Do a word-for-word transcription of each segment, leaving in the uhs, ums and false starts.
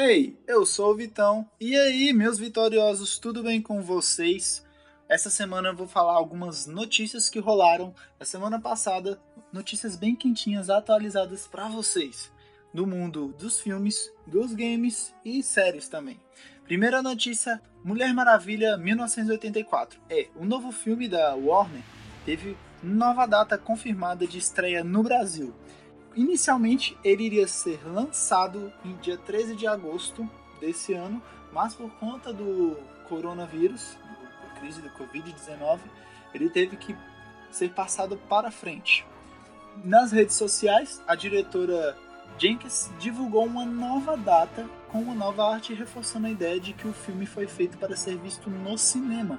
Ei, eu sou o Vitão. E aí, meus vitoriosos, tudo bem com vocês? Essa semana eu vou falar algumas notícias que rolaram na semana passada, notícias bem quentinhas, atualizadas para vocês, do mundo dos filmes, dos games e séries também. Primeira notícia, Mulher Maravilha mil novecentos e oitenta e quatro. É, o novo filme da Warner teve nova data confirmada de estreia no Brasil. Inicialmente, ele iria ser lançado em dia treze de agosto desse ano, mas por conta do coronavírus, da crise do covid dezenove, ele teve que ser passado para frente. Nas redes sociais, a diretora Jenkins divulgou uma nova data com uma nova arte, reforçando a ideia de que o filme foi feito para ser visto no cinema.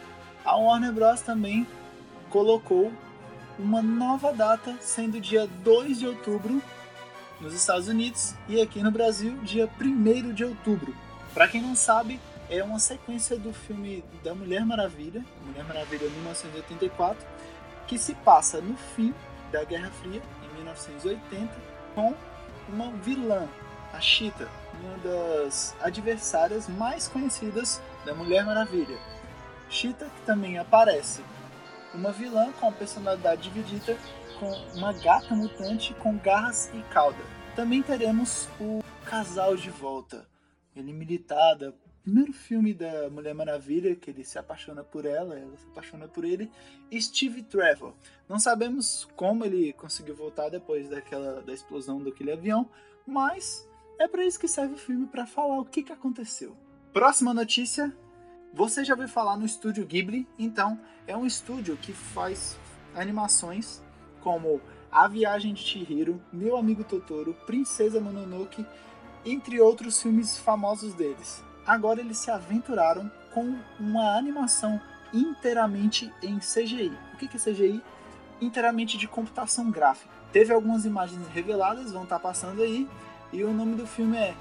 A Warner Bros. Também colocou uma nova data, sendo dia dois de outubro nos Estados Unidos e aqui no Brasil, dia primeiro de outubro. Para quem não sabe, é uma sequência do filme da Mulher Maravilha, Mulher Maravilha mil novecentos e oitenta e quatro, que se passa no fim da Guerra Fria, em mil novecentos e oitenta, com uma vilã, a Cheetah, uma das adversárias mais conhecidas da Mulher Maravilha. Cheetah, que também aparece uma vilã com a personalidade dividida, com uma gata mutante com garras e cauda. Também teremos o casal de volta, ele militada, primeiro filme da Mulher Maravilha, que ele se apaixona por ela, ela se apaixona por ele, Steve Trevor. Não sabemos como ele conseguiu voltar depois daquela, da explosão daquele avião, mas é para isso que serve o filme, para falar o que, que aconteceu. Próxima notícia. Você já ouviu falar no estúdio Ghibli? Então, é um estúdio que faz animações como A Viagem de Chihiro, Meu Amigo Totoro, Princesa Mononoke, entre outros filmes famosos deles. Agora eles se aventuraram com uma animação inteiramente em C G I. O que é C G I? Inteiramente de computação gráfica. Teve algumas imagens reveladas, vão estar passando aí, e o nome do filme é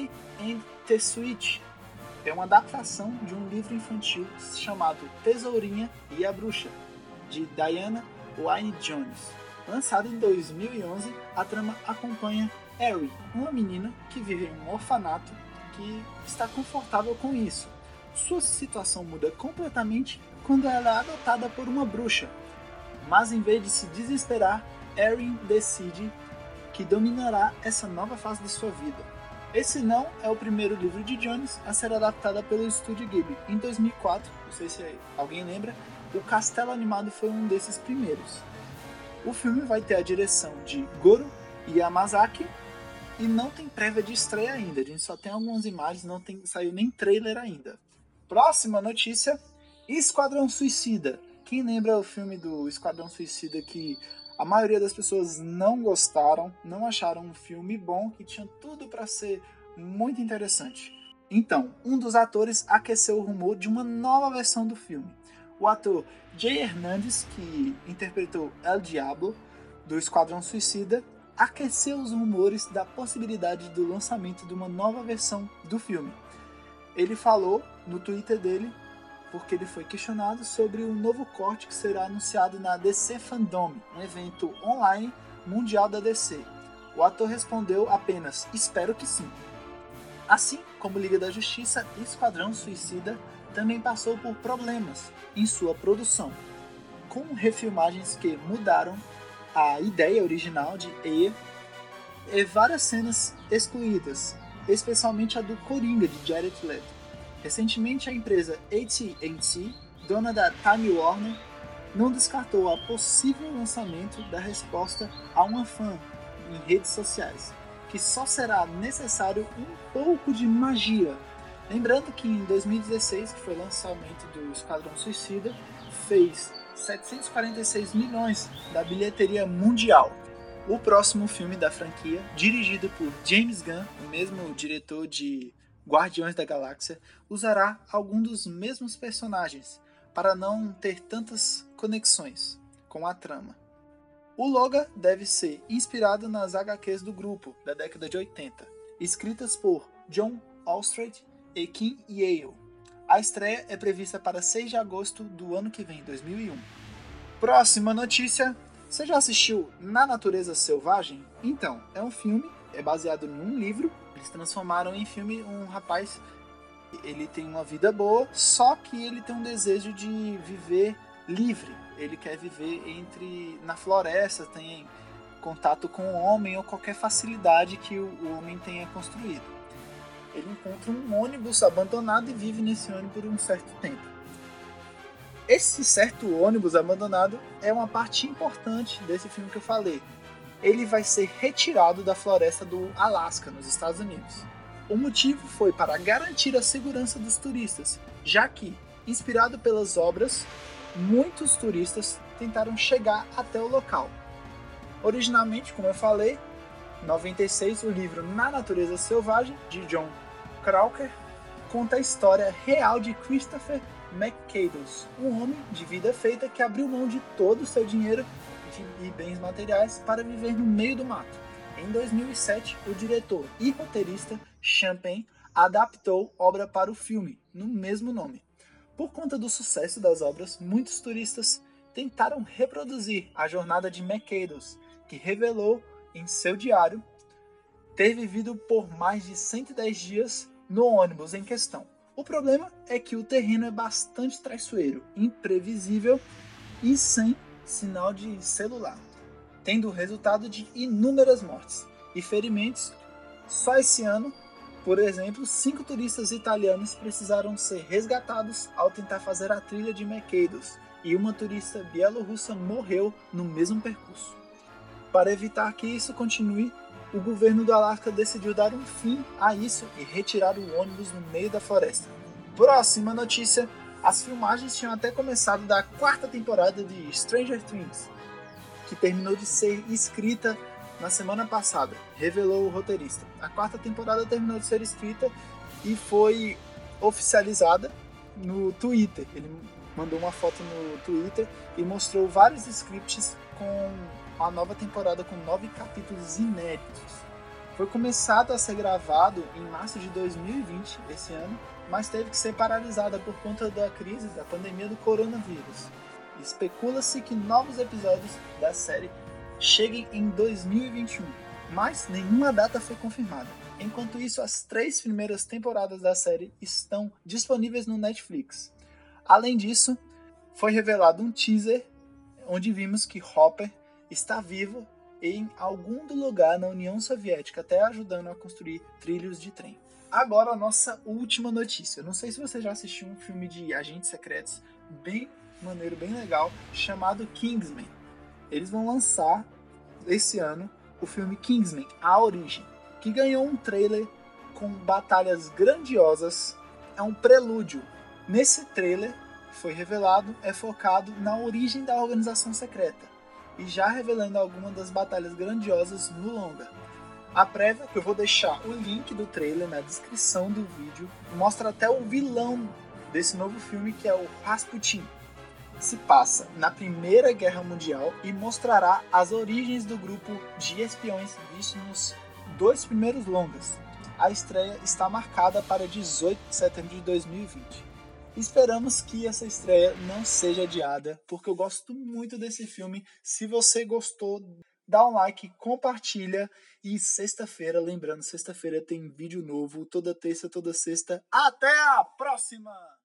A and the Switch. É uma adaptação de um livro infantil chamado Tesourinha e a Bruxa, de Diana Wynne Jones. Lançado em dois mil e onze, a trama acompanha Eri, uma menina que vive em um orfanato que está confortável com isso. Sua situação muda completamente quando ela é adotada por uma bruxa. Mas em vez de se desesperar, Erin decide que dominará essa nova fase de sua vida. Esse não é o primeiro livro de Jones a ser adaptado pelo estúdio Ghibli. Em dois mil e quatro, não sei se alguém lembra, o Castelo Animado foi um desses primeiros. O filme vai ter a direção de Goro Yamazaki e não tem prévia de estreia ainda. A gente só tem algumas imagens, não tem, saiu nem trailer ainda. Próxima notícia, Esquadrão Suicida. Quem lembra o filme do Esquadrão Suicida que a maioria das pessoas não gostaram, não acharam um filme bom, que tinha tudo para ser muito interessante. Então, um dos atores aqueceu o rumor de uma nova versão do filme. O ator Jay Hernandez, que interpretou El Diablo, do Esquadrão Suicida, aqueceu os rumores da possibilidade do lançamento de uma nova versão do filme. Ele falou no Twitter dele, porque ele foi questionado sobre o novo corte que será anunciado na D C Fandom, um evento online mundial da D C. O ator respondeu apenas, espero que sim. Assim como Liga da Justiça, Esquadrão Suicida também passou por problemas em sua produção, com refilmagens que mudaram a ideia original de E e várias cenas excluídas, especialmente a do Coringa de Jared Leto. Recentemente, a empresa A T and T, dona da Time Warner, não descartou a possível lançamento da resposta a uma fã em redes sociais, que só será necessário um pouco de magia. Lembrando que em dois mil e dezesseis, que foi o lançamento do Esquadrão Suicida, fez setecentos e quarenta e seis milhões da bilheteria mundial. O próximo filme da franquia, dirigido por James Gunn, o mesmo diretor de Guardiões da Galáxia, usará algum dos mesmos personagens, para não ter tantas conexões com a trama. O Logan deve ser inspirado nas H Qs do grupo, da década de oitenta, escritas por John Allstreet e Kim Yale. A estreia é prevista para seis de agosto do ano que vem, dois mil e um. Próxima notícia. Você já assistiu Na Natureza Selvagem? Então, é um filme, é baseado em um livro Eles transformaram em filme um rapaz, ele tem uma vida boa, só que ele tem um desejo de viver livre. Ele quer viver entre na floresta, tem contato com o homem ou qualquer facilidade que o, o homem tenha construído. Ele encontra um ônibus abandonado e vive nesse ônibus por um certo tempo. Esse certo ônibus abandonado é uma parte importante desse filme que eu falei. Ele vai ser retirado da floresta do Alasca, nos Estados Unidos. O motivo foi para garantir a segurança dos turistas, já que, inspirado pelas obras, muitos turistas tentaram chegar até o local. Originalmente, como eu falei, em noventa e seis, o livro Na Natureza Selvagem, de John Crawker, conta a história real de Christopher McCandless, um homem de vida feita que abriu mão de todo o seu dinheiro e bens materiais para viver no meio do mato. Em dois mil e sete, o diretor e roteirista Champagne adaptou obra para o filme, no mesmo nome. Por conta do sucesso das obras, muitos turistas tentaram reproduzir a jornada de McCandless, que revelou em seu diário ter vivido por mais de cento e dez dias no ônibus em questão. O problema é que o terreno é bastante traiçoeiro, imprevisível e sem sinal de celular, tendo o resultado de inúmeras mortes e ferimentos. Só esse ano, por exemplo, cinco turistas italianos precisaram ser resgatados ao tentar fazer a trilha de McCandless, e uma turista bielorrussa morreu no mesmo percurso. Para evitar que isso continue, o governo do Alasca decidiu dar um fim a isso e retirar o ônibus no meio da floresta. Próxima notícia: as filmagens tinham até começado da quarta temporada de Stranger Things, que terminou de ser escrita na semana passada, revelou o roteirista. A quarta temporada terminou de ser escrita e foi oficializada no Twitter. Ele mandou uma foto no Twitter e mostrou vários scripts com a nova temporada com nove capítulos inéditos. Foi começado a ser gravado em março de dois mil e vinte, esse ano, mas teve que ser paralisada por conta da crise da pandemia do coronavírus. Especula-se que novos episódios da série cheguem em dois mil e vinte e um, mas nenhuma data foi confirmada. Enquanto isso, as três primeiras temporadas da série estão disponíveis no Netflix. Além disso, foi revelado um teaser onde vimos que Hopper está vivo em algum lugar na União Soviética, até ajudando a construir trilhos de trem. Agora a nossa última notícia. Não sei se você já assistiu um filme de agentes secretos bem maneiro, bem legal, chamado Kingsman. Eles vão lançar esse ano o filme Kingsman, A Origem, que ganhou um trailer com batalhas grandiosas. É um prelúdio. Nesse trailer, foi revelado, é focado na origem da organização secreta, e já revelando algumas das batalhas grandiosas no longa. A prévia, que eu vou deixar o link do trailer na descrição do vídeo, mostra até o vilão desse novo filme, que é o Rasputin. Se passa na Primeira Guerra Mundial e mostrará as origens do grupo de espiões visto nos dois primeiros longas. A estreia está marcada para dezoito de setembro de dois mil e vinte. Esperamos que essa estreia não seja adiada, porque eu gosto muito desse filme. Se você gostou, dá um like, compartilha, e sexta-feira, lembrando, sexta-feira tem vídeo novo, toda terça, toda sexta. Até a próxima!